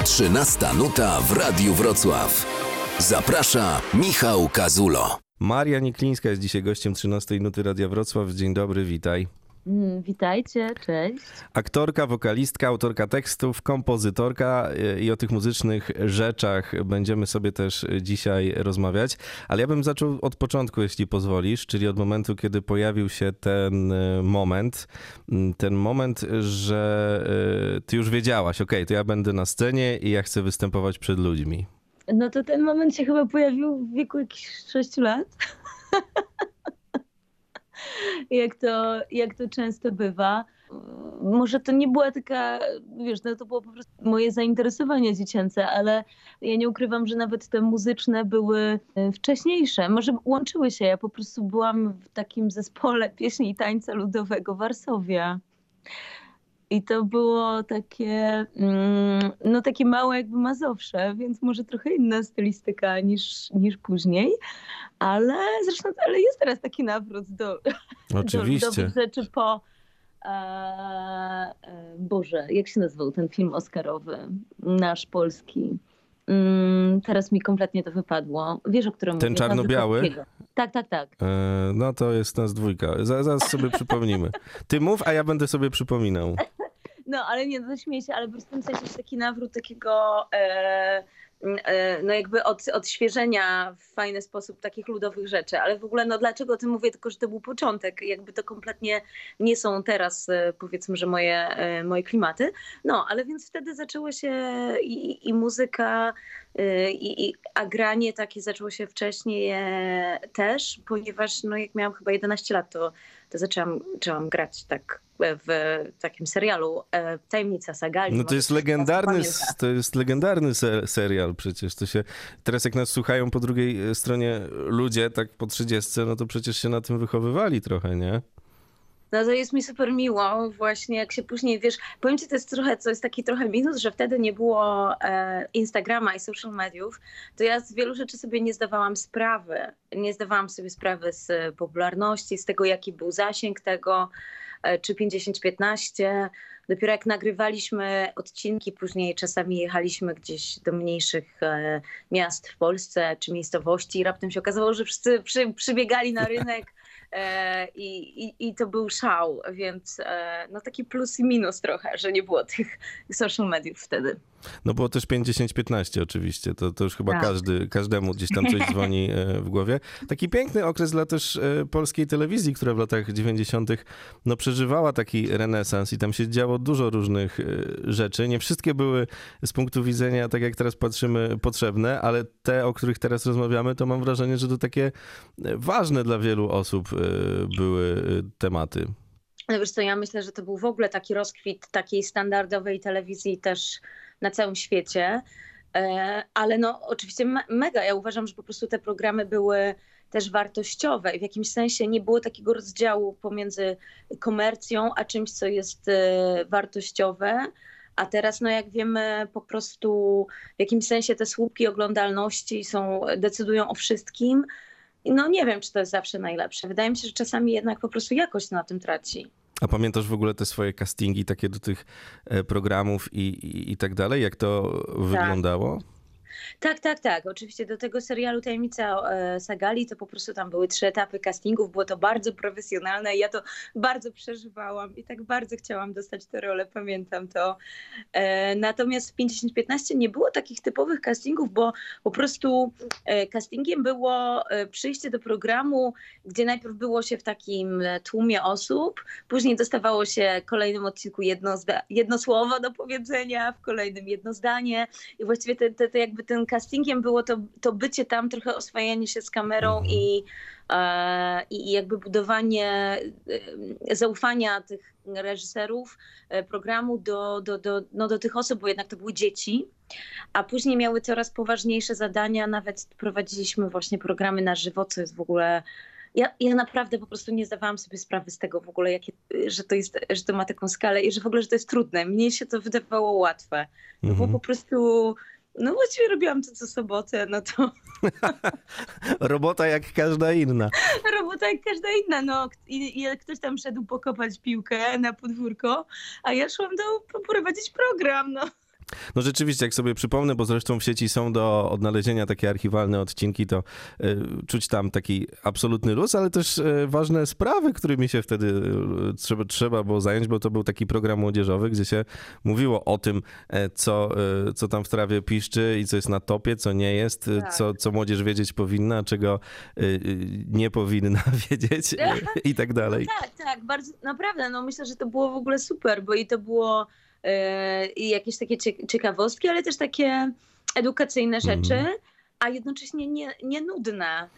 13 nuta w Radiu Wrocław. Zaprasza Michał Kazulo. Maria Niklińska jest dzisiaj gościem 13 nuty Radia Wrocław. Dzień dobry, witaj. Witajcie, cześć. Aktorka, wokalistka, autorka tekstów, kompozytorka i o tych muzycznych rzeczach będziemy sobie też dzisiaj rozmawiać. Ale ja bym zaczął od początku, jeśli pozwolisz, czyli od momentu, kiedy pojawił się ten moment, że ty już wiedziałaś, okej, to ja będę na scenie i ja chcę występować przed ludźmi. No to ten moment się chyba pojawił w wieku jakichś 6 lat. Jak to często bywa. Może to nie była taka, no to było po prostu moje zainteresowanie dziecięce, ale ja nie ukrywam, że nawet te muzyczne były wcześniejsze. Może łączyły się. Ja po prostu byłam w takim zespole pieśni i tańca ludowego Warszawia. I to było takie małe jakby Mazowsze, więc może trochę inna stylistyka niż później. Ale zresztą jest teraz taki nawrót do dobrych rzeczy po... Boże, jak się nazywał ten film oscarowy? Nasz polski. Teraz mi kompletnie to wypadło. Wiesz, o którym Ten mówię? czarno-biały? Tak. No to jest nas dwójka. Zaraz sobie przypomnimy. Ty mów, a ja będę sobie przypominał. No, ale nie, to śmieję się, ale po prostu w tym sensie jest taki nawrót takiego jakby odświeżenia w fajny sposób takich ludowych rzeczy. Ale w ogóle, dlaczego o tym mówię? Tylko, że to był początek. Jakby to kompletnie nie są teraz, powiedzmy, że moje klimaty. No, ale więc wtedy zaczęło się i muzyka, a granie takie zaczęło się wcześniej też, ponieważ jak miałam chyba 11 lat, to zaczęłam grać tak w takim serialu Tajemnica Sagali. No to jest legendarny serial przecież. Teraz jak nas słuchają po drugiej stronie ludzie, tak po 30, no to przecież się na tym wychowywali trochę, nie? No to jest mi super miło właśnie, jak się później, powiem ci, to jest taki trochę minus, że wtedy nie było Instagrama i social mediów, to ja z wielu rzeczy sobie nie zdawałam sprawy. Nie zdawałam sobie sprawy z popularności, z tego, jaki był zasięg tego, czy 50-15. Dopiero jak nagrywaliśmy odcinki, później czasami jechaliśmy gdzieś do mniejszych miast w Polsce, czy miejscowości i raptem się okazało, że wszyscy przybiegali na rynek. I to był szał, więc taki plus i minus trochę, że nie było tych social mediów wtedy. No było też 50-15 oczywiście, to już chyba każdemu gdzieś tam coś dzwoni w głowie. Taki piękny okres dla też polskiej telewizji, która w latach 90. przeżywała taki renesans i tam się działo dużo różnych rzeczy. Nie wszystkie były z punktu widzenia, tak jak teraz patrzymy, potrzebne, ale te, o których teraz rozmawiamy, to mam wrażenie, że to takie ważne dla wielu osób były tematy. No wiesz co, ja myślę, że to był w ogóle taki rozkwit takiej standardowej telewizji też na całym świecie, ale oczywiście mega. Ja uważam, że po prostu te programy były też wartościowe i w jakimś sensie nie było takiego rozdziału pomiędzy komercją a czymś, co jest wartościowe. A teraz, jak wiemy, po prostu w jakimś sensie te słupki oglądalności decydują o wszystkim. Nie wiem, czy to jest zawsze najlepsze. Wydaje mi się, że czasami jednak po prostu jakość na tym traci. A pamiętasz w ogóle te swoje castingi takie do tych programów i tak dalej? Jak to wyglądało? Tak. Oczywiście do tego serialu Tajemnica Sagali to po prostu tam były 3 etapy castingów. Było to bardzo profesjonalne i ja to bardzo przeżywałam i tak bardzo chciałam dostać tę rolę, pamiętam to. Natomiast w 50-15 nie było takich typowych castingów, bo po prostu castingiem było przyjście do programu, gdzie najpierw było się w takim tłumie osób, później dostawało się w kolejnym odcinku jedno słowo do powiedzenia, w kolejnym jedno zdanie i właściwie jakby tym castingiem było to bycie tam, trochę oswajanie się z kamerą i jakby budowanie zaufania tych reżyserów programu do tych osób, bo jednak to były dzieci, a później miały coraz poważniejsze zadania, nawet prowadziliśmy właśnie programy na żywo, co jest w ogóle... Ja naprawdę po prostu nie zdawałam sobie sprawy z tego w ogóle, że to ma taką skalę i że w ogóle, że to jest trudne. Mnie się to wydawało łatwe, bo po prostu... właściwie robiłam to co sobotę, to... Robota jak każda inna. Robota jak każda inna, I ktoś tam szedł pokopać piłkę na podwórko, a ja szłam prowadzić program, No rzeczywiście, jak sobie przypomnę, bo zresztą w sieci są do odnalezienia takie archiwalne odcinki, to czuć tam taki absolutny luz, ale też ważne sprawy, którymi się wtedy trzeba było zająć, bo to był taki program młodzieżowy, gdzie się mówiło o tym, co tam w trawie piszczy i co jest na topie, co nie jest, Tak. co młodzież wiedzieć powinna, a czego nie powinna wiedzieć i tak dalej. Tak, bardzo, naprawdę, no myślę, że to było w ogóle super, bo i to było i jakieś takie ciekawostki, ale też takie edukacyjne rzeczy, a jednocześnie nie nudne.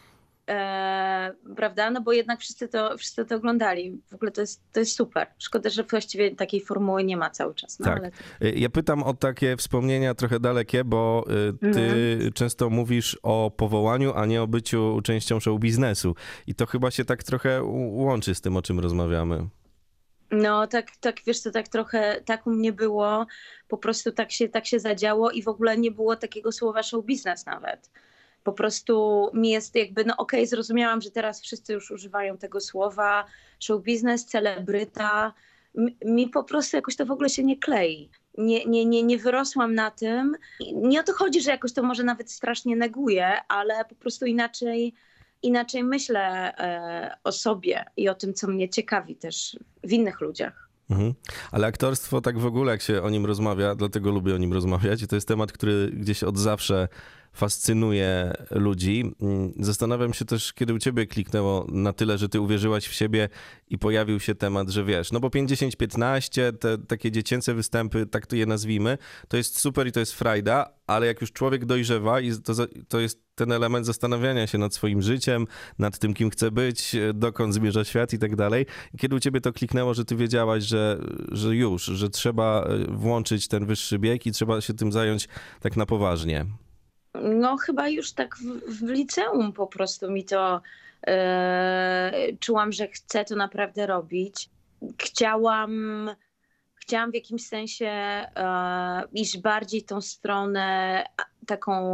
Prawda? No bo jednak wszyscy to oglądali. W ogóle to jest super. Szkoda, że właściwie takiej formuły nie ma cały czas. No, Tak. ale Ja pytam o takie wspomnienia trochę dalekie, bo ty często mówisz o powołaniu, a nie o byciu częścią show biznesu. I to chyba się tak trochę łączy z tym, o czym rozmawiamy. No tak, wiesz co, tak trochę, tak u mnie było, po prostu tak się zadziało i w ogóle nie było takiego słowa show biznes nawet. Po prostu mi jest jakby, no okej, zrozumiałam, że teraz wszyscy już używają tego słowa, show biznes, celebryta. Mi po prostu jakoś to w ogóle się nie klei. Nie wyrosłam na tym. Nie o to chodzi, że jakoś to może nawet strasznie neguję, ale po prostu inaczej myślę o sobie i o tym, co mnie ciekawi też w innych ludziach. Ale aktorstwo tak w ogóle, jak się o nim rozmawia, dlatego lubię o nim rozmawiać, i to jest temat, który gdzieś od zawsze fascynuje ludzi. Zastanawiam się też, kiedy u ciebie kliknęło na tyle, że ty uwierzyłaś w siebie i pojawił się temat, że wiesz, no bo 5-10-15, te takie dziecięce występy, tak to je nazwijmy, to jest super i to jest frajda, ale jak już człowiek dojrzewa i to jest ten element zastanawiania się nad swoim życiem, nad tym, kim chce być, dokąd zmierza świat i tak dalej. Kiedy u ciebie to kliknęło, że ty wiedziałaś, że trzeba włączyć ten wyższy bieg i trzeba się tym zająć tak na poważnie? No chyba już tak w liceum po prostu mi to czułam, że chcę to naprawdę robić. Chciałam w jakimś sensie iść bardziej tą stronę taką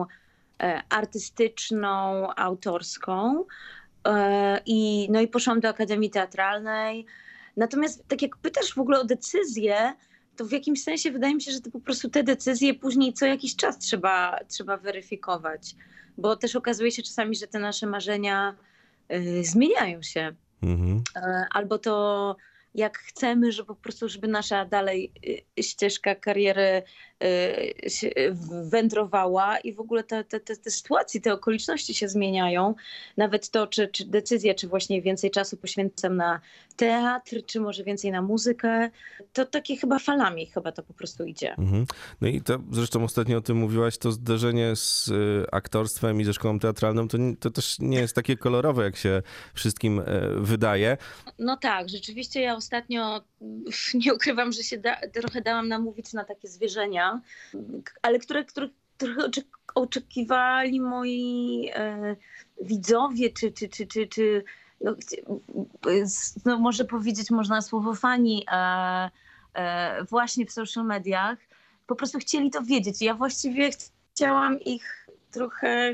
artystyczną, autorską. No i poszłam do Akademii Teatralnej. Natomiast tak jak pytasz w ogóle o decyzję, to w jakimś sensie wydaje mi się, że to po prostu te decyzje później co jakiś czas trzeba weryfikować. Bo też okazuje się czasami, że te nasze marzenia zmieniają się. Albo to jak chcemy, że po prostu, żeby nasza dalej ścieżka kariery wędrowała i w ogóle te sytuacje, te okoliczności się zmieniają. Nawet to, czy decyzje, czy właśnie więcej czasu poświęcam na teatr, czy może więcej na muzykę, to takie chyba falami chyba to po prostu idzie. No i to zresztą ostatnio o tym mówiłaś, to zderzenie z aktorstwem i ze szkołą teatralną, to też nie jest takie kolorowe, jak się wszystkim wydaje. No tak, rzeczywiście ja ostatnio nie ukrywam, że się trochę dałam namówić na takie zwierzenia, ale których trochę oczekiwali moi widzowie, czy no może powiedzieć można słowo fani właśnie w social mediach. Po prostu chcieli to wiedzieć. Ja właściwie chciałam ich trochę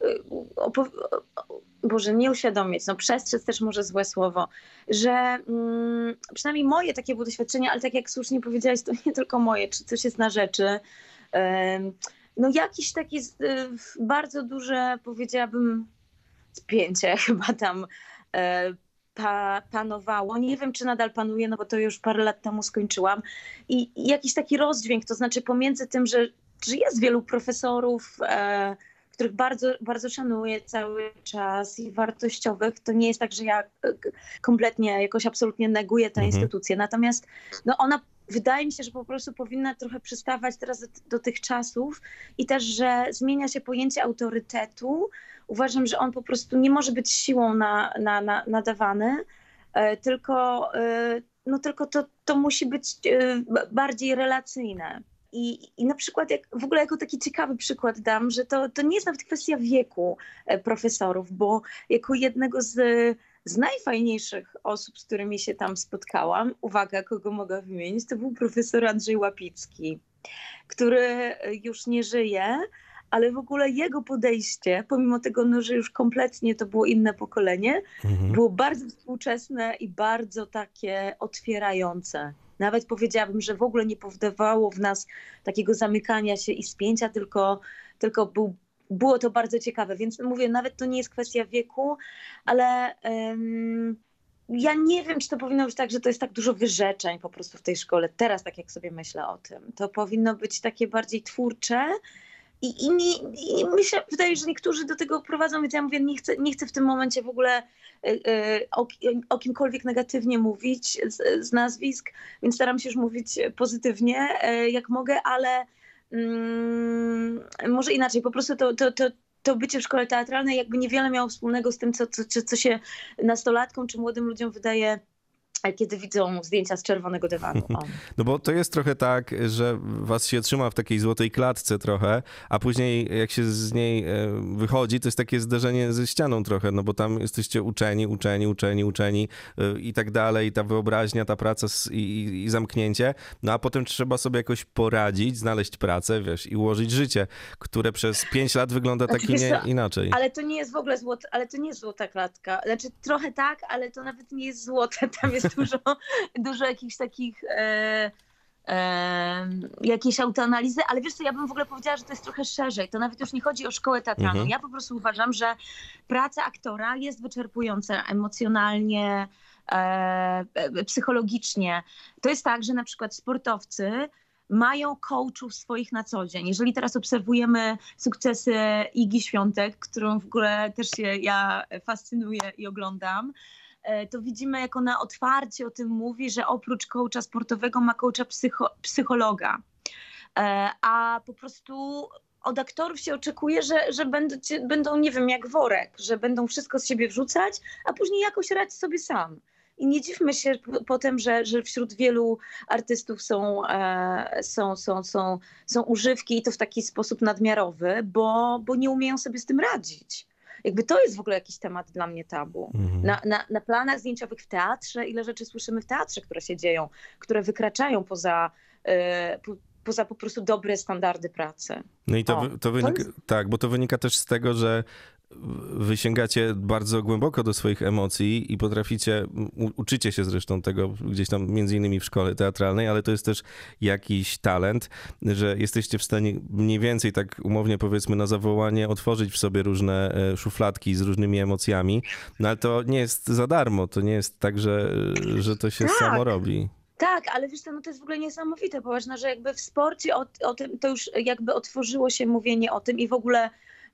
nie uświadomić, przestrzec też może złe słowo, że przynajmniej moje takie było doświadczenie, ale tak jak słusznie powiedziałaś, to nie tylko moje, czy coś jest na rzeczy. No jakieś takie bardzo duże, powiedziałabym, spięcie chyba tam panowało. Nie wiem, czy nadal panuje, no bo to już parę lat temu skończyłam. I jakiś taki rozdźwięk, to znaczy pomiędzy tym, że jest wielu profesorów, których bardzo, bardzo szanuję cały czas i wartościowych. To nie jest tak, że ja kompletnie, jakoś absolutnie neguję tę instytucję. Natomiast no ona wydaje mi się, że po prostu powinna trochę przystawać teraz do tych czasów i też, że zmienia się pojęcie autorytetu. Uważam, że on po prostu nie może być siłą nadawany, tylko to musi być bardziej relacyjne. I na przykład w ogóle jako taki ciekawy przykład dam, że to nie jest nawet kwestia wieku profesorów, bo jako jednego z najfajniejszych osób, z którymi się tam spotkałam, uwaga, kogo mogę wymienić, to był profesor Andrzej Łapicki, który już nie żyje, ale w ogóle jego podejście, pomimo tego, że już kompletnie to było inne pokolenie, było bardzo współczesne i bardzo takie otwierające. nawet powiedziałabym, że w ogóle nie powodowało w nas takiego zamykania się i spięcia, tylko było to bardzo ciekawe. Więc mówię, nawet to nie jest kwestia wieku, ale ja nie wiem, czy to powinno być tak, że to jest tak dużo wyrzeczeń po prostu w tej szkole. Teraz, tak jak sobie myślę o tym, to powinno być takie bardziej twórcze. I myślę, wydaje się, że niektórzy do tego prowadzą, więc ja mówię, nie chcę w tym momencie w ogóle o kimkolwiek negatywnie mówić z nazwisk, więc staram się już mówić pozytywnie, jak mogę, ale może inaczej, po prostu to bycie w szkole teatralnej jakby niewiele miało wspólnego z tym, co się nastolatkom czy młodym ludziom wydaje, kiedy widzą zdjęcia z czerwonego dywanu. O. No bo to jest trochę tak, że was się trzyma w takiej złotej klatce trochę, a później jak się z niej wychodzi, to jest takie zderzenie ze ścianą trochę, no bo tam jesteście uczeni i tak dalej, ta wyobraźnia, ta praca i zamknięcie, no a potem trzeba sobie jakoś poradzić, znaleźć pracę, wiesz, i ułożyć życie, które przez 5 lat wygląda tak inaczej. Ale to nie jest w ogóle złota klatka. Znaczy trochę tak, ale to nawet nie jest złote, tam jest dużo jakichś takich jakiejś autoanalizy, ale wiesz co, ja bym w ogóle powiedziała, że to jest trochę szerzej. To nawet już nie chodzi o szkołę teatralną. Ja po prostu uważam, że praca aktora jest wyczerpująca emocjonalnie, psychologicznie. To jest tak, że na przykład sportowcy mają coachów swoich na co dzień. Jeżeli teraz obserwujemy sukcesy Igi Świątek, którą w ogóle też się ja fascynuję i oglądam, to widzimy, jak ona otwarcie o tym mówi, że oprócz coacha sportowego ma coacha psychologa. A po prostu od aktorów się oczekuje, że będą, nie wiem, jak worek, że będą wszystko z siebie wrzucać, a później jakoś radź sobie sam. I nie dziwmy się potem, że wśród wielu artystów są używki i to w taki sposób nadmiarowy, bo nie umieją sobie z tym radzić. Jakby to jest w ogóle jakiś temat dla mnie tabu. Na planach zdjęciowych w teatrze, ile rzeczy słyszymy w teatrze, które się dzieją, które wykraczają poza po prostu dobre standardy pracy. No i to wynika, tak, bo to wynika też z tego, że wy sięgacie bardzo głęboko do swoich emocji i potraficie, uczycie się zresztą tego gdzieś tam między innymi w szkole teatralnej, ale to jest też jakiś talent, że jesteście w stanie mniej więcej, tak umownie powiedzmy na zawołanie, otworzyć w sobie różne szufladki z różnymi emocjami, no ale to nie jest za darmo, to nie jest tak, że to się samo robi. Tak, ale wiesz co, no to jest w ogóle niesamowite, poważna, że jakby w sporcie o tym to już jakby otworzyło się mówienie o tym i w ogóle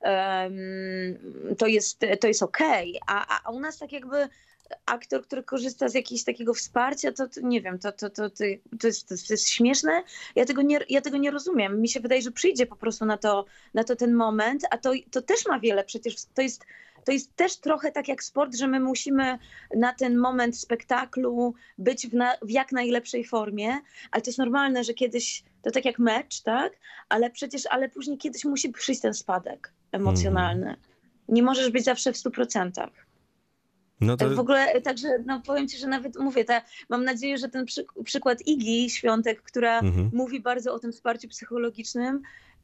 to jest okej. A u nas tak jakby aktor, który korzysta z jakiegoś takiego wsparcia, to nie wiem, to jest śmieszne. Ja tego nie rozumiem. Mi się wydaje, że przyjdzie po prostu na to ten moment, a to też ma wiele, przecież to jest też trochę tak jak sport, że my musimy na ten moment spektaklu być w jak najlepszej formie, ale to jest normalne, że kiedyś, to tak jak mecz, tak? Ale później kiedyś musi przyjść ten spadek emocjonalny. Nie możesz być zawsze w 100%. No to... W ogóle, także no powiem ci, że nawet mówię, mam nadzieję, że ten przykład Igi Świątek, która mówi bardzo o tym wsparciu psychologicznym,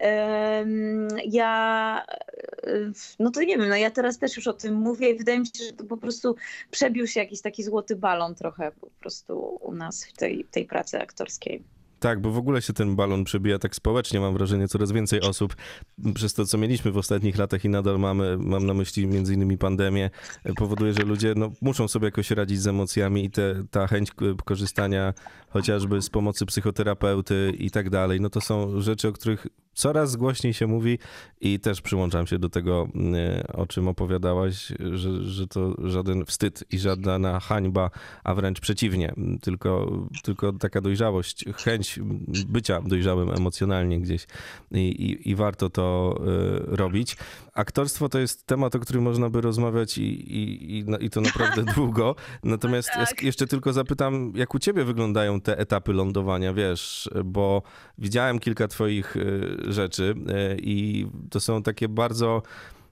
no to nie wiem, no ja teraz też już o tym mówię i wydaje mi się, że to po prostu przebił się jakiś taki złoty balon trochę po prostu u nas w tej pracy aktorskiej. Tak, bo w ogóle się ten balon przebija tak społecznie, mam wrażenie, coraz więcej osób przez to, co mieliśmy w ostatnich latach i nadal mam na myśli między innymi pandemię, powoduje, że ludzie muszą sobie jakoś radzić z emocjami i ta chęć korzystania chociażby z pomocy psychoterapeuty i tak dalej, no to są rzeczy, o których coraz głośniej się mówi i też przyłączam się do tego, o czym opowiadałaś, że to żaden wstyd i żadna hańba, a wręcz przeciwnie, tylko taka dojrzałość, chęć bycia dojrzałym emocjonalnie gdzieś i warto to robić. Aktorstwo to jest temat, o którym można by rozmawiać i to naprawdę długo. Natomiast jeszcze tylko zapytam, jak u ciebie wyglądają te etapy lądowania, wiesz, bo widziałem kilka twoich rzeczy i to są takie bardzo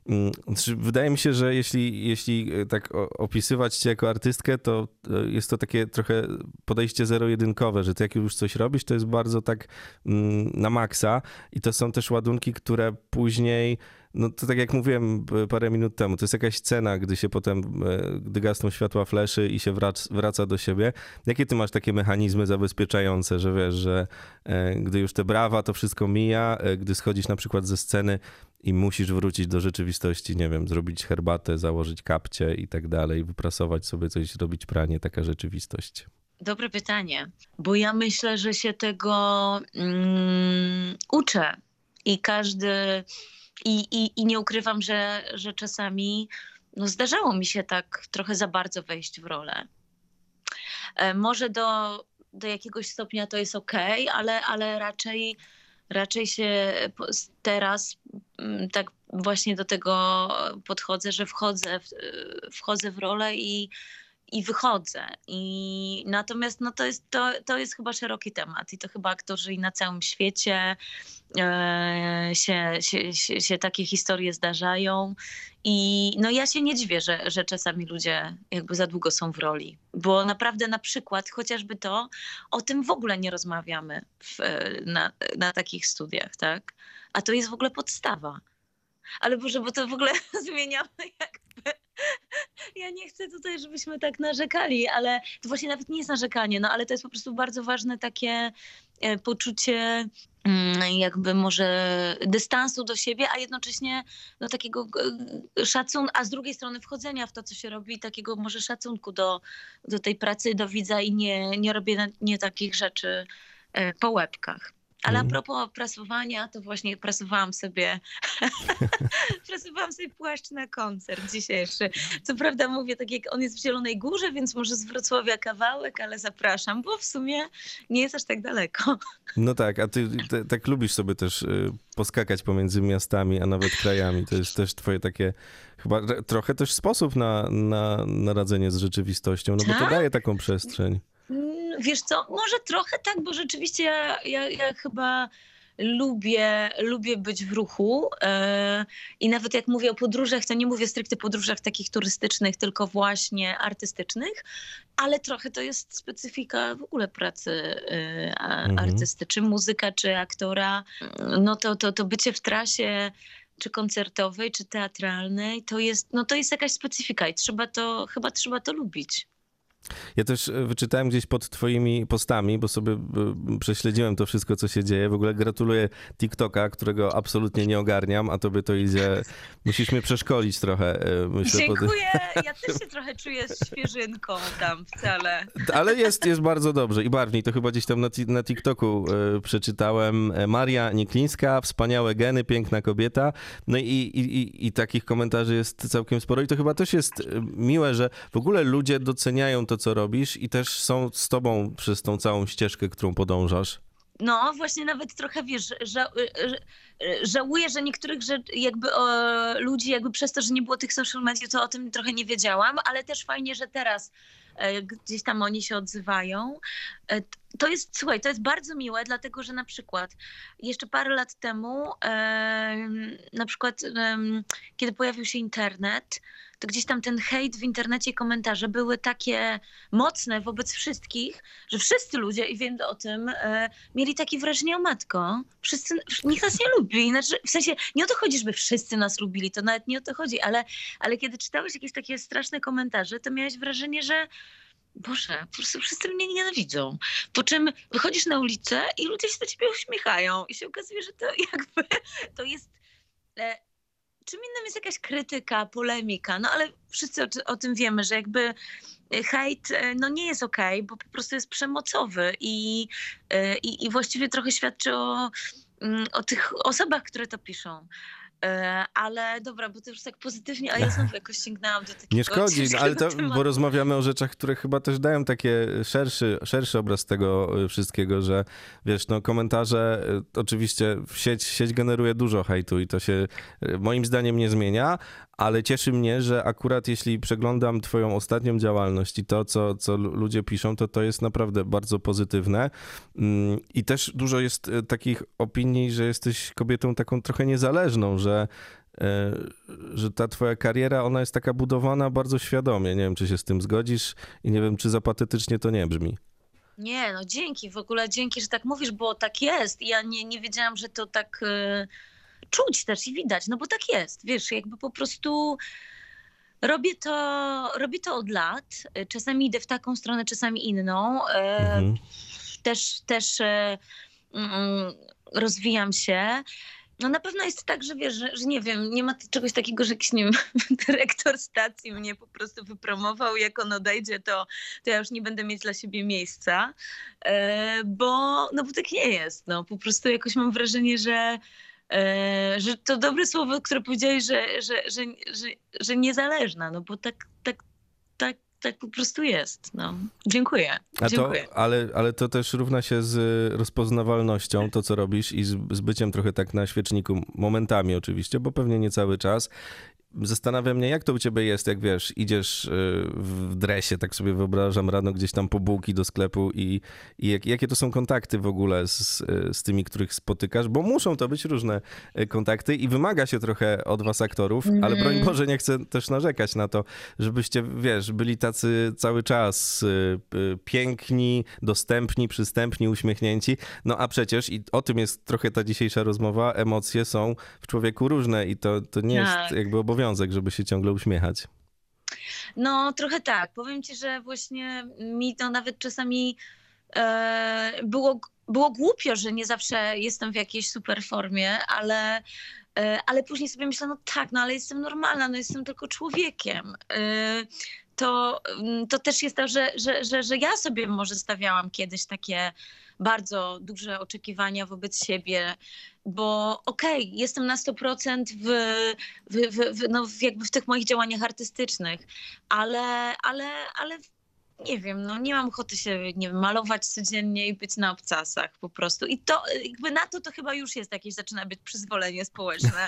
Wydaje mi się, że jeśli tak opisywać cię jako artystkę, to jest to takie trochę podejście zero-jedynkowe, że ty jak już coś robisz, to jest bardzo tak na maksa i to są też ładunki, które później, no to tak jak mówiłem parę minut temu, to jest jakaś cena, gdy się potem, gdy gasną światła fleszy i się wraca do siebie. Jakie ty masz takie mechanizmy zabezpieczające, że wiesz, że gdy już te brawa, to wszystko mija, gdy schodzisz na przykład ze sceny i musisz wrócić do rzeczywistości, nie wiem, zrobić herbatę, założyć kapcie i tak dalej, wyprasować sobie coś, robić pranie, taka rzeczywistość. Dobre pytanie, bo ja myślę, że się tego uczę i I nie ukrywam, że czasami zdarzało mi się tak trochę za bardzo wejść w rolę. Może do jakiegoś stopnia to jest okej, ale raczej się teraz tak właśnie do tego podchodzę, że wchodzę w rolę i wychodzę. Natomiast to jest chyba szeroki temat i to chyba aktorzy i na całym świecie się takie historie zdarzają. I ja się nie dziwię, że czasami ludzie jakby za długo są w roli. Bo naprawdę na przykład chociażby o tym w ogóle nie rozmawiamy na takich studiach, tak? A to jest w ogóle podstawa. Ale Boże, bo to w ogóle zmieniamy jakby. Ja nie chcę tutaj, żebyśmy tak narzekali, ale to właśnie nawet nie jest narzekanie, ale to jest po prostu bardzo ważne takie poczucie jakby może dystansu do siebie, a jednocześnie takiego szacunku, a z drugiej strony wchodzenia w to, co się robi, takiego może szacunku do tej pracy, do widza i nie robię takich rzeczy po łebkach. Ale a propos prasowania, to właśnie prasowałam sobie płaszcz na koncert dzisiejszy. Co prawda mówię tak jak on jest w Zielonej Górze, więc może z Wrocławia kawałek, ale zapraszam, bo w sumie nie jest aż tak daleko. No tak, a ty tak lubisz sobie też poskakać pomiędzy miastami, a nawet krajami. To jest też twoje takie chyba trochę też sposób na radzenie z rzeczywistością, bo to daje taką przestrzeń. Wiesz co, może trochę tak, bo rzeczywiście ja chyba lubię być w ruchu i nawet jak mówię o podróżach, to nie mówię stricte podróżach takich turystycznych, tylko właśnie artystycznych, ale trochę to jest specyfika w ogóle pracy artysty, czy muzyka, czy aktora. To bycie w trasie czy koncertowej, czy teatralnej, to jest jakaś specyfika i chyba trzeba to lubić. Ja też wyczytałem gdzieś pod twoimi postami, bo sobie prześledziłem to wszystko, co się dzieje. W ogóle gratuluję TikToka, którego absolutnie nie ogarniam, a tobie to idzie... Musisz mnie przeszkolić trochę, myślę. Dziękuję. Ja też się trochę czuję świeżynką tam wcale. Ale jest bardzo dobrze i barwniej. To chyba gdzieś tam na TikToku przeczytałem. Maria Niklińska, wspaniałe geny, piękna kobieta. No i takich komentarzy jest całkiem sporo i to chyba też jest miłe, że w ogóle ludzie doceniają to, co robisz i też są z tobą przez tą całą ścieżkę, którą podążasz. No właśnie nawet trochę wiesz, żałuję, że niektórych ludzi jakby przez to, że nie było tych social media, to o tym trochę nie wiedziałam, ale też fajnie, że teraz gdzieś tam oni się odzywają. Słuchaj, to jest bardzo miłe, dlatego że na przykład jeszcze parę lat temu, na przykład kiedy pojawił się internet, to gdzieś tam ten hejt w internecie i komentarze były takie mocne wobec wszystkich, że wszyscy ludzie, i wiem o tym, mieli takie wrażenie: o matko, nikt nas nie lubi. Znaczy, w sensie nie o to chodzi, żeby wszyscy nas lubili, to nawet nie o to chodzi, ale kiedy czytałeś jakieś takie straszne komentarze, to miałeś wrażenie, że Boże, po prostu wszyscy mnie nienawidzą. Po czym wychodzisz na ulicę i ludzie się do ciebie uśmiechają i się okazuje, że to jakby to jest... Czym innym jest jakaś krytyka, polemika, ale wszyscy o tym wiemy, że jakby hejt nie jest okej, bo po prostu jest przemocowy i właściwie trochę świadczy o tych osobach, które to piszą. Ale dobra, bo to już tak pozytywnie, a ja znowu jakoś sięgnęłam do takiego... Nie szkodzi, ale bo rozmawiamy o rzeczach, które chyba też dają takie szerszy obraz tego wszystkiego, że wiesz, komentarze, oczywiście sieć generuje dużo hejtu i to się moim zdaniem nie zmienia, ale cieszy mnie, że akurat jeśli przeglądam twoją ostatnią działalność i to, co ludzie piszą, to jest naprawdę bardzo pozytywne. I też dużo jest takich opinii, że jesteś kobietą taką trochę niezależną, że że ta twoja kariera, ona jest taka budowana bardzo świadomie. Nie wiem, czy się z tym zgodzisz i nie wiem, czy za patetycznie to nie brzmi. Nie, no dzięki, w ogóle dzięki, że tak mówisz, bo tak jest. Ja nie wiedziałam, że to tak czuć też i widać, no bo tak jest, wiesz, jakby po prostu robię to od lat. Czasami idę w taką stronę, czasami inną. Też rozwijam się. No na pewno jest tak, że wiesz, że nie wiem, nie ma czegoś takiego, że jakiś, nie wiem, dyrektor stacji mnie po prostu wypromował, jak on odejdzie, to ja już nie będę mieć dla siebie miejsca, bo tak nie jest. No, po prostu jakoś mam wrażenie, że to dobre słowo, które powiedziałeś, że niezależna, no bo tak po prostu jest. No. Dziękuję. Ale to też równa się z rozpoznawalnością, to co robisz i z byciem trochę tak na świeczniku, momentami oczywiście, bo pewnie nie cały czas. Zastanawia mnie, jak to u ciebie jest, jak wiesz, idziesz w dresie, tak sobie wyobrażam, rano gdzieś tam po bułki do sklepu i jakie to są kontakty w ogóle z tymi, których spotykasz, bo muszą to być różne kontakty i wymaga się trochę od was aktorów, ale broń Boże, nie chcę też narzekać na to, żebyście, wiesz, byli tacy cały czas piękni, dostępni, przystępni, uśmiechnięci, no a przecież, i o tym jest trochę ta dzisiejsza rozmowa, emocje są w człowieku różne i to nie jest jakby obowiązek, żeby się ciągle uśmiechać. No trochę tak. Powiem ci, że właśnie mi to nawet czasami było głupio, że nie zawsze jestem w jakiejś super formie, ale później sobie myślę, no tak, no ale jestem normalna, no jestem tylko człowiekiem. To też jest to, że ja sobie może stawiałam kiedyś takie bardzo duże oczekiwania wobec siebie, bo okej, jestem na 100% jakby w tych moich działaniach artystycznych, ale nie wiem, no nie mam ochoty się, nie wiem, malować codziennie i być na obcasach po prostu. I to jakby na to chyba już jest jakieś, zaczyna być przyzwolenie społeczne.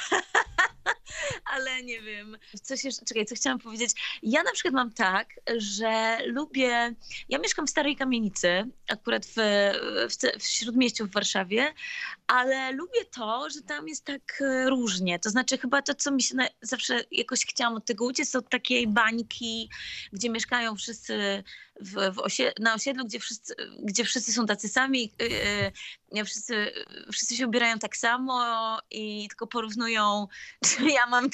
Ale nie wiem, coś jeszcze, czekaj, co chciałam powiedzieć. Ja na przykład mam tak, że ja mieszkam w Starej Kamienicy, akurat w Śródmieściu w Warszawie, ale lubię to, że tam jest tak różnie. To znaczy chyba to, co mi się zawsze jakoś chciałam od tego uciec, to od takiej bańki, gdzie mieszkają wszyscy na osiedlu, gdzie wszyscy są tacy sami, wszyscy się ubierają tak samo i tylko porównują, czy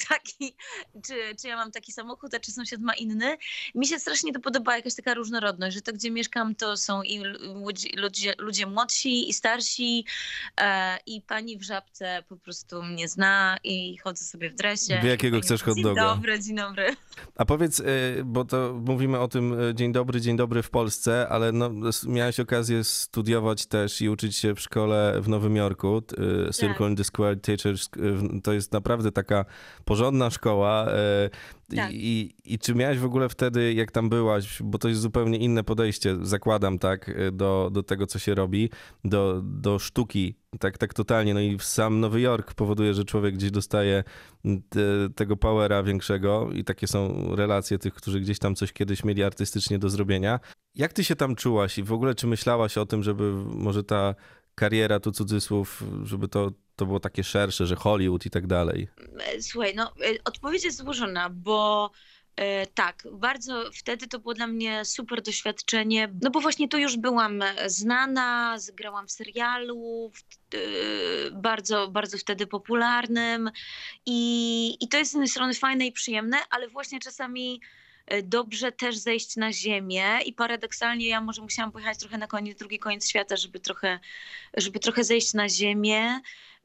ja mam taki samochód, a czy sąsiad ma inny. Mi się strasznie to podoba, jakaś taka różnorodność, że to, gdzie mieszkam, to są i ludzie młodsi i starsi, i pani w żabce po prostu mnie zna i chodzę sobie w dresie. Wie, jakiego chcesz hot doga. Dzień dobry. A powiedz, bo to mówimy o tym dzień dobry w Polsce, ale no, miałeś okazję studiować też i uczyć się w szkole w Nowym Jorku, Circle in the Square Teachers. To jest naprawdę taka porządna szkoła. Tak. I czy miałaś w ogóle wtedy, jak tam byłaś, bo to jest zupełnie inne podejście, zakładam, tak, do tego, co się robi, do sztuki, tak totalnie. No i sam Nowy Jork powoduje, że człowiek gdzieś dostaje tego powera większego i takie są relacje tych, którzy gdzieś tam coś kiedyś mieli artystycznie do zrobienia. Jak ty się tam czułaś i w ogóle czy myślałaś o tym, żeby może ta kariera, tu cudzysłów, żeby to było takie szersze, że Hollywood i tak dalej? Słuchaj, no odpowiedź jest złożona, bo tak, bardzo wtedy to było dla mnie super doświadczenie, no bo właśnie tu już byłam znana, grałam w serialu, bardzo, bardzo wtedy popularnym i to jest z jednej strony fajne i przyjemne, ale właśnie czasami dobrze też zejść na ziemię i paradoksalnie ja może musiałam pojechać trochę na drugi koniec świata, żeby trochę zejść na ziemię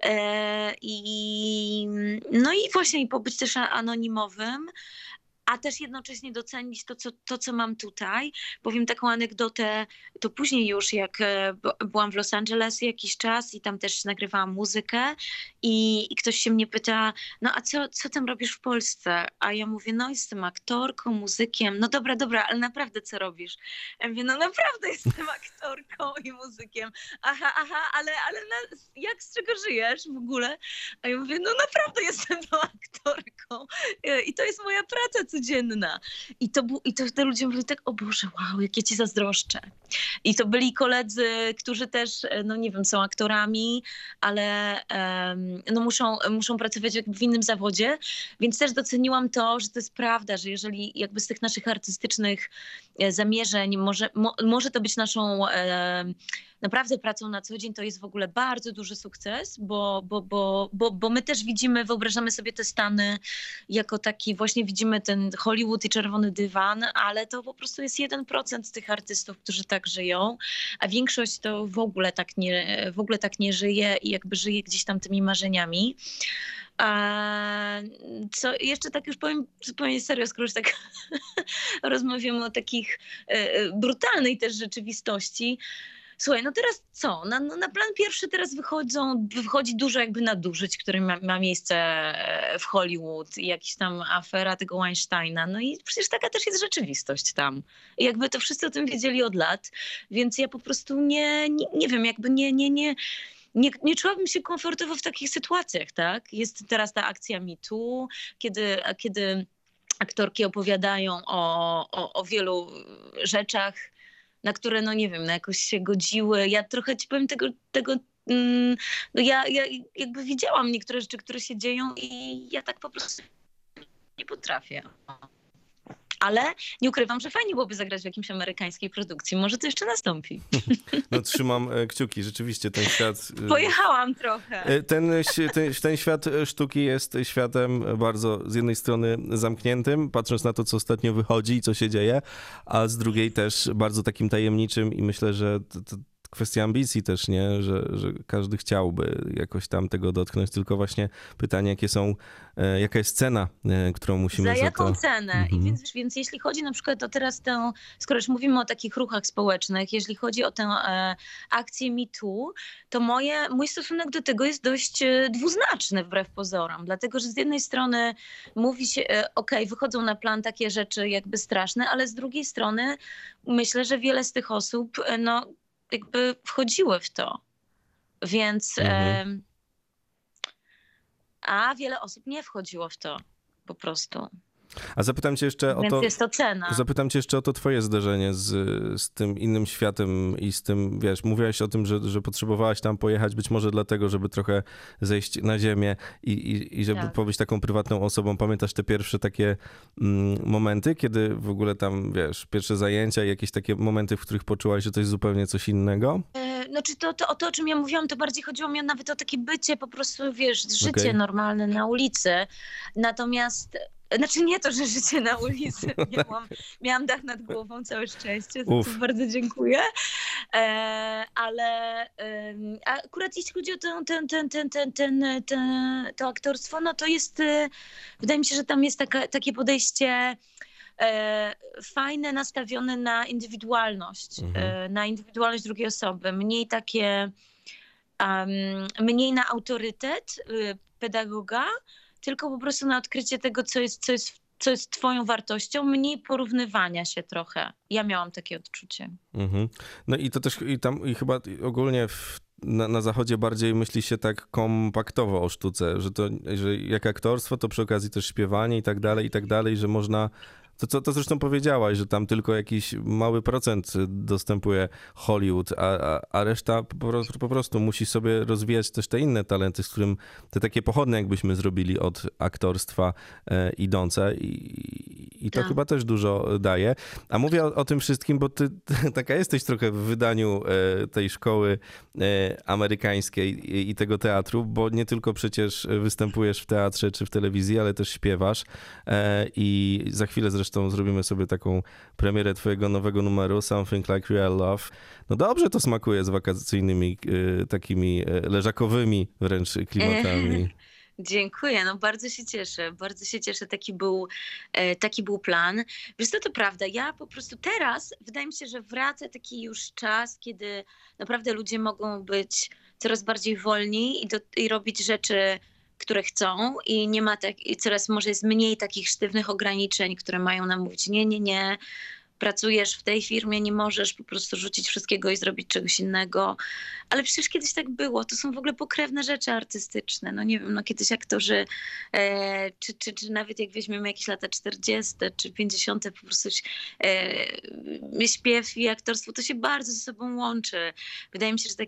no i właśnie pobyć też anonimowym, a też jednocześnie docenić to, co mam tutaj. Powiem taką anegdotę, to później już jak byłam w Los Angeles jakiś czas i tam też nagrywałam muzykę i ktoś się mnie pyta, no a co tam robisz w Polsce? A ja mówię, no jestem aktorką, muzykiem. No dobra, ale naprawdę co robisz? Ja mówię, no naprawdę jestem aktorką i muzykiem. Aha, ale jak z czego żyjesz w ogóle? A ja mówię, no naprawdę jestem tą aktorką i to jest moja praca codzienna. I to te ludzie mówili tak, o Boże, wow, jakie ci zazdroszczę. I to byli koledzy, którzy też, no nie wiem, są aktorami, ale no muszą pracować jakby w innym zawodzie, więc też doceniłam to, że to jest prawda, że jeżeli jakby z tych naszych artystycznych zamierzeń może to być naszą naprawdę pracą na co dzień, to jest w ogóle bardzo duży sukces, bo my też widzimy, wyobrażamy sobie te Stany jako taki, właśnie widzimy ten Hollywood i czerwony dywan, ale to po prostu jest 1% tych artystów, którzy tak żyją, a większość to w ogóle tak nie żyje i jakby żyje gdzieś tam tymi marzeniami. Co jeszcze tak już powiem zupełnie serio, skoro już tak rozmawiamy o takich brutalnej też rzeczywistości. Słuchaj, no teraz co? Na plan pierwszy teraz wychodzi dużo jakby nadużyć, które ma miejsce w Hollywood i jakaś tam afera tego Weinsteina. No i przecież taka też jest rzeczywistość tam. I jakby to wszyscy o tym wiedzieli od lat, więc ja po prostu nie wiem, jakby nie czułabym się komfortowo w takich sytuacjach, tak? Jest teraz ta akcja Me Too, kiedy aktorki opowiadają o wielu rzeczach, na które, no nie wiem, jakoś się godziły. Ja trochę ci powiem tego no ja jakby widziałam niektóre rzeczy, które się dzieją i ja tak po prostu nie potrafię. Ale nie ukrywam, że fajnie byłoby zagrać w jakimś amerykańskiej produkcji. Może to jeszcze nastąpi. No trzymam kciuki, rzeczywiście ten świat... Pojechałam trochę. Ten świat sztuki jest światem bardzo z jednej strony zamkniętym, patrząc na to, co ostatnio wychodzi i co się dzieje, a z drugiej też bardzo takim tajemniczym i myślę, że to kwestia ambicji też, nie? Że każdy chciałby jakoś tam tego dotknąć, tylko właśnie pytanie, jaka jest cena, którą musimy za to... Za jaką cenę? I więc jeśli chodzi na przykład o teraz skoro już mówimy o takich ruchach społecznych, jeśli chodzi o tę akcję Me Too, to mój stosunek do tego jest dość dwuznaczny wbrew pozorom, dlatego że z jednej strony mówi się, wychodzą na plan takie rzeczy jakby straszne, ale z drugiej strony myślę, że wiele z tych osób, jakby wchodziły w to. Więc a wiele osób nie wchodziło w to po prostu. A zapytam cię jeszcze Więc jest to cena. Zapytam cię jeszcze o to twoje zderzenie z tym innym światem i z tym, wiesz, mówiłaś o tym, że potrzebowałaś tam pojechać być może dlatego, żeby trochę zejść na ziemię i żeby być taką prywatną osobą. Pamiętasz te pierwsze takie momenty, kiedy w ogóle tam, wiesz, pierwsze zajęcia i jakieś takie momenty, w których poczułaś, że to jest zupełnie coś innego? Znaczy o czym ja mówiłam, to bardziej chodziło mi nawet o takie bycie, po prostu, wiesz, życie normalne na ulicy. Natomiast znaczy nie to, że życie na ulicy. Miałam dach nad głową, całe szczęście, za co bardzo dziękuję. Ale akurat jeśli chodzi o to aktorstwo, no to jest, wydaje mi się, że tam jest takie podejście fajne, nastawione na indywidualność, na indywidualność drugiej osoby. Mniej na autorytet pedagoga, tylko po prostu na odkrycie tego, co jest twoją wartością, mniej porównywania się trochę. Ja miałam takie odczucie. No i to też i chyba ogólnie na zachodzie bardziej myśli się tak kompaktowo o sztuce, że jak aktorstwo, to przy okazji też śpiewanie i tak dalej, że można... To zresztą powiedziałaś, że tam tylko jakiś mały procent dostępuje Hollywood, a reszta po prostu musi sobie rozwijać też te inne talenty, z którym te takie pochodne jakbyśmy zrobili od aktorstwa idące i to chyba też dużo daje. A mówię o tym wszystkim, bo ty taka jesteś trochę w wydaniu tej szkoły amerykańskiej i tego teatru, bo nie tylko przecież występujesz w teatrze czy w telewizji, ale też śpiewasz i za chwilę zresztą zrobimy sobie taką premierę twojego nowego numeru Something Like Real Love. No dobrze to smakuje z wakacyjnymi takimi leżakowymi wręcz klimatami. Dziękuję, no bardzo się cieszę, taki był plan. Wiesz co, to prawda, ja po prostu teraz, wydaje mi się, że wraca taki już czas, kiedy naprawdę ludzie mogą być coraz bardziej wolni i robić rzeczy, które chcą i nie ma i coraz może jest mniej takich sztywnych ograniczeń, które mają nam mówić nie, pracujesz w tej firmie, nie możesz po prostu rzucić wszystkiego i zrobić czegoś innego. Ale przecież kiedyś tak było. To są w ogóle pokrewne rzeczy artystyczne. No nie wiem, no kiedyś aktorzy, czy nawet jak weźmiemy jakieś lata 40. czy 50. po prostu śpiew i aktorstwo, to się bardzo ze sobą łączy. Wydaje mi się, że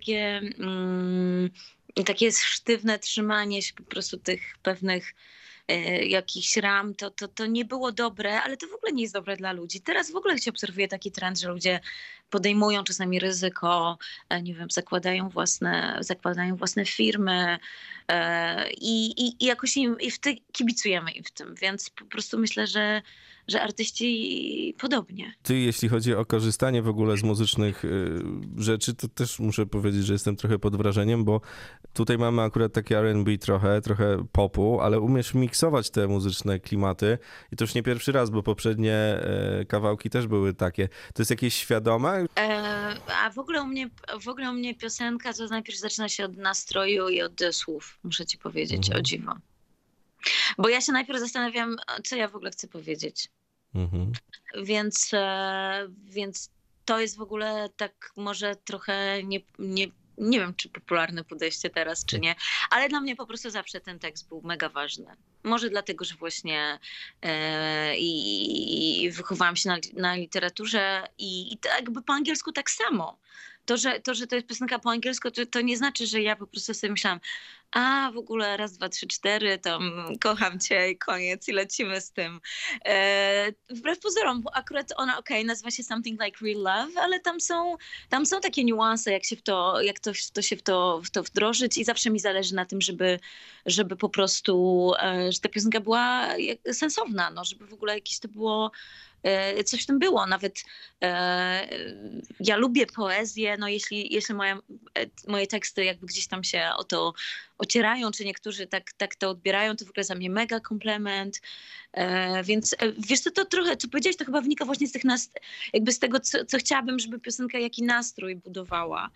takie sztywne trzymanie się po prostu tych pewnych jakichś ram, to nie było dobre, ale to w ogóle nie jest dobre dla ludzi. Teraz w ogóle się obserwuje taki trend, że ludzie podejmują czasami ryzyko, nie wiem, zakładają własne firmy i jakoś kibicujemy im w tym, więc po prostu myślę, że artyści podobnie. Ty, jeśli chodzi o korzystanie w ogóle z muzycznych rzeczy, to też muszę powiedzieć, że jestem trochę pod wrażeniem, bo tutaj mamy akurat takie R&B trochę popu, ale umiesz miksować te muzyczne klimaty i to już nie pierwszy raz, bo poprzednie kawałki też były takie. To jest jakieś świadome? A w ogóle u mnie piosenka to najpierw zaczyna się od nastroju i od słów, muszę ci powiedzieć, o dziwo. Bo ja się najpierw zastanawiam, co ja w ogóle chcę powiedzieć. Więc to jest w ogóle tak może trochę nie wiem, czy popularne podejście teraz, czy nie, ale dla mnie po prostu zawsze ten tekst był mega ważny. Może dlatego, że właśnie i wychowałam się na literaturze i tak jakby po angielsku tak samo. To, że to jest piosenka po angielsku, to nie znaczy, że ja po prostu sobie myślałam, w ogóle raz, dwa, trzy, cztery, tam kocham cię i koniec i lecimy z tym. Wbrew pozorom, bo akurat ona nazywa się Something Like Real Love, ale tam są takie niuanse, jak się w to wdrożyć i zawsze mi zależy na tym, żeby po prostu, że ta piosenka była sensowna, no, żeby w ogóle jakieś to było coś w tym było. Nawet ja lubię poezję, no jeśli moje teksty jakby gdzieś tam się o to ocierają, czy niektórzy tak to odbierają, to w ogóle za mnie mega komplement. Więc wiesz co, to trochę, co powiedziałeś, to chyba wynika właśnie z tych jakby z tego, co chciałabym, żeby piosenka jaki nastrój budowała.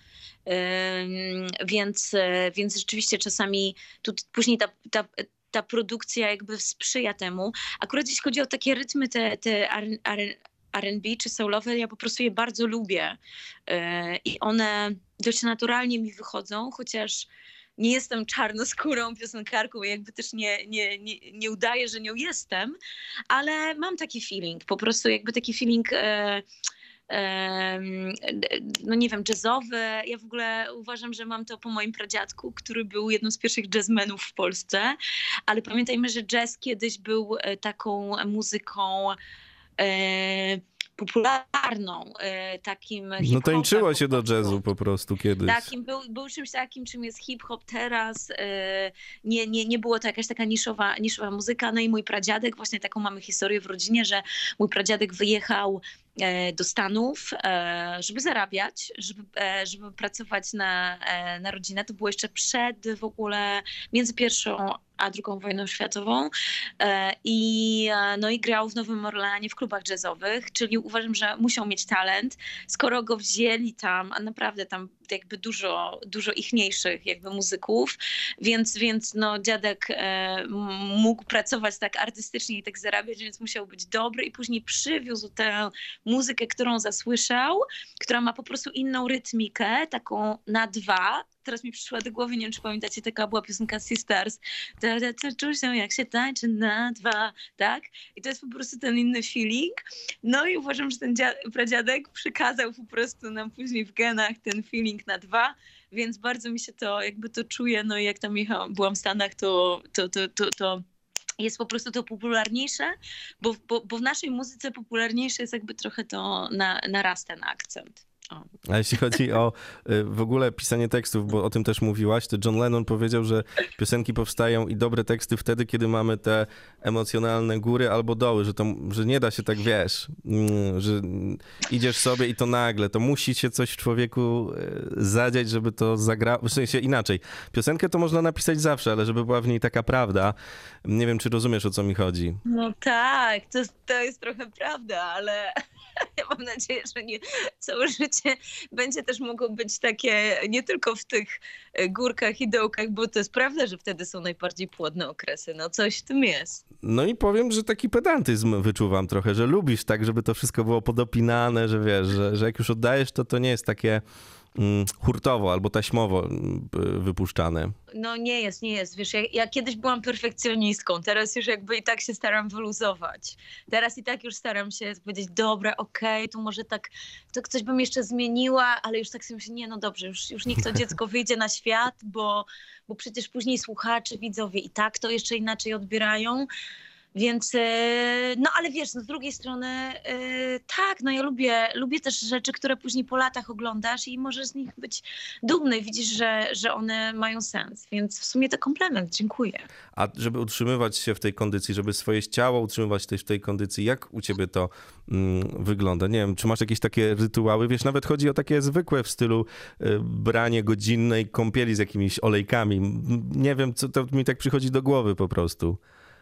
Więc rzeczywiście czasami tu później ta produkcja jakby sprzyja temu. Akurat jeśli chodzi o takie rytmy, te R&B czy soulowe, ja po prostu je bardzo lubię. I one dość naturalnie mi wychodzą, chociaż nie jestem czarnoskórą piosenkarką, jakby też nie udaję, że nią jestem, ale mam taki feeling, po prostu jakby taki feeling no nie wiem, jazzowy. Ja w ogóle uważam, że mam to po moim pradziadku, który był jednym z pierwszych jazzmenów w Polsce, ale pamiętajmy, że jazz kiedyś był taką muzyką popularną, takim hip-hopem. No tańczyło się do jazzu po prostu kiedyś. Takim był czymś takim, czym jest hip-hop teraz. Nie było to jakaś taka niszowa muzyka. No i mój pradziadek, właśnie taką mamy historię w rodzinie, że mój pradziadek wyjechał do Stanów, żeby zarabiać, żeby pracować na rodzinę. To było jeszcze przed w ogóle, między pierwszą a drugą wojną światową i grał w Nowym Orleanie w klubach jazzowych, czyli uważam, że musiał mieć talent, skoro go wzięli tam, a naprawdę tam jakby dużo ichniejszych jakby muzyków, więc no dziadek mógł pracować tak artystycznie i tak zarabiać, więc musiał być dobry i później przywiózł tę muzykę, którą zasłyszał, która ma po prostu inną rytmikę, taką na dwa. Teraz mi przyszła do głowy, nie wiem, czy pamiętacie, taka była piosenka Sisters. Czuł się, jak się tańczy na dwa, tak? I to jest po prostu ten inny feeling. No i uważam, że ten pradziadek przekazał po prostu nam później w genach ten feeling na dwa, więc bardzo mi się to, jakby to czuje. No i jak tam byłam w Stanach, to jest po prostu to popularniejsze, bo w naszej muzyce popularniejsze jest jakby trochę to narasta ten akcent. A jeśli chodzi o w ogóle pisanie tekstów, bo o tym też mówiłaś, to John Lennon powiedział, że piosenki powstają i dobre teksty wtedy, kiedy mamy te emocjonalne góry albo doły, że nie da się tak, wiesz, że idziesz sobie i to nagle, to musi się coś w człowieku zadziać, żeby to zagrało, w sensie inaczej. Piosenkę to można napisać zawsze, ale żeby była w niej taka prawda. Nie wiem, czy rozumiesz, o co mi chodzi. No tak, to jest trochę prawda, ale ja mam nadzieję, że nie całe życie będzie też mogło być takie nie tylko w tych górkach i dołkach, bo to jest prawda, że wtedy są najbardziej płodne okresy. No coś w tym jest. No i powiem, że taki pedantyzm wyczuwam trochę, że lubisz tak, żeby to wszystko było podopinane, że wiesz, że jak już oddajesz, to nie jest takie hurtowo albo taśmowo wypuszczane. No nie jest. Wiesz, ja kiedyś byłam perfekcjonistką, teraz już jakby i tak się staram wyluzować. Teraz i tak już staram się powiedzieć, dobra, okej, tu może tak, to coś bym jeszcze zmieniła, ale już tak sobie myślę, nie, no dobrze, już niech to dziecko wyjdzie na świat, bo przecież później słuchacze, widzowie i tak to jeszcze inaczej odbierają. Więc, no ale wiesz, no z drugiej strony tak, no ja lubię też rzeczy, które później po latach oglądasz i możesz z nich być dumny i widzisz, że one mają sens. Więc w sumie to komplement, dziękuję. A żeby utrzymywać się w tej kondycji, żeby swoje ciało utrzymywać też w tej kondycji, jak u ciebie to wygląda? Nie wiem, czy masz jakieś takie rytuały? Wiesz, nawet chodzi o takie zwykłe w stylu branie godzinnej kąpieli z jakimiś olejkami. Nie wiem, co to mi tak przychodzi do głowy po prostu.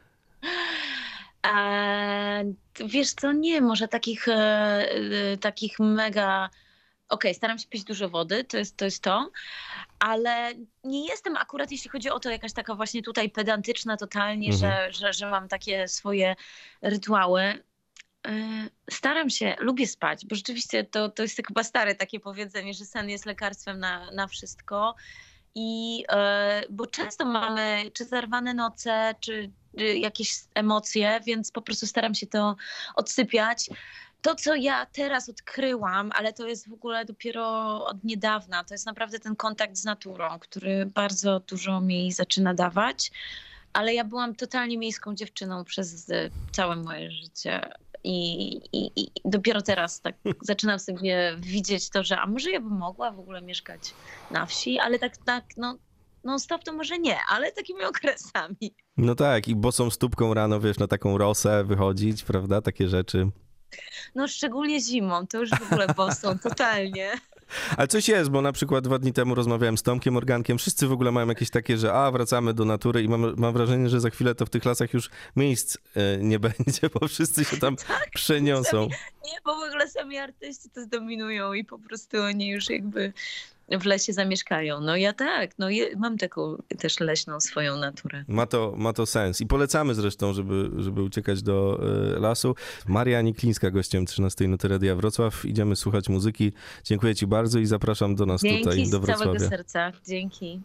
Wiesz co, nie, może takich mega... Okej, staram się pić dużo wody, to jest to, ale nie jestem akurat, jeśli chodzi o to, jakaś taka właśnie tutaj pedantyczna totalnie, że mam takie swoje rytuały. Staram się, lubię spać, bo rzeczywiście to jest chyba stare takie powiedzenie, że sen jest lekarstwem na wszystko. Bo często mamy czy zarwane noce, czy jakieś emocje, więc po prostu staram się to odsypiać. To, co ja teraz odkryłam, ale to jest w ogóle dopiero od niedawna, to jest naprawdę ten kontakt z naturą, który bardzo dużo mi zaczyna dawać. Ale ja byłam totalnie miejską dziewczyną przez całe moje życie. I dopiero teraz tak zaczynam sobie widzieć to, że a może ja bym mogła w ogóle mieszkać na wsi, ale tak no stop to może nie, ale takimi okresami. No tak, i bosą stópką rano, wiesz, na taką rosę wychodzić, prawda, takie rzeczy. No szczególnie zimą, to już w ogóle bosą, totalnie. Ale coś jest, bo na przykład 2 dni temu rozmawiałem z Tomkiem Organkiem, wszyscy w ogóle mają jakieś takie, że wracamy do natury i mam wrażenie, że za chwilę to w tych lasach już miejsc nie będzie, bo wszyscy się tam przeniosą. Nie, bo w ogóle sami artyści to zdominują i po prostu oni już jakby w lesie zamieszkają. No ja tak, mam taką też leśną swoją naturę. Ma to sens i polecamy zresztą, żeby uciekać do lasu. Maria Niklińska gościem 13 Nuty Radia Wrocław. Idziemy słuchać muzyki. Dziękuję ci bardzo i zapraszam do nas tutaj, do Wrocławia. Dzięki z całego serca. Dzięki.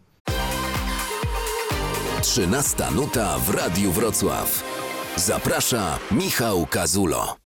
13 Nuta w Radiu Wrocław. Zaprasza Michał Kazulo.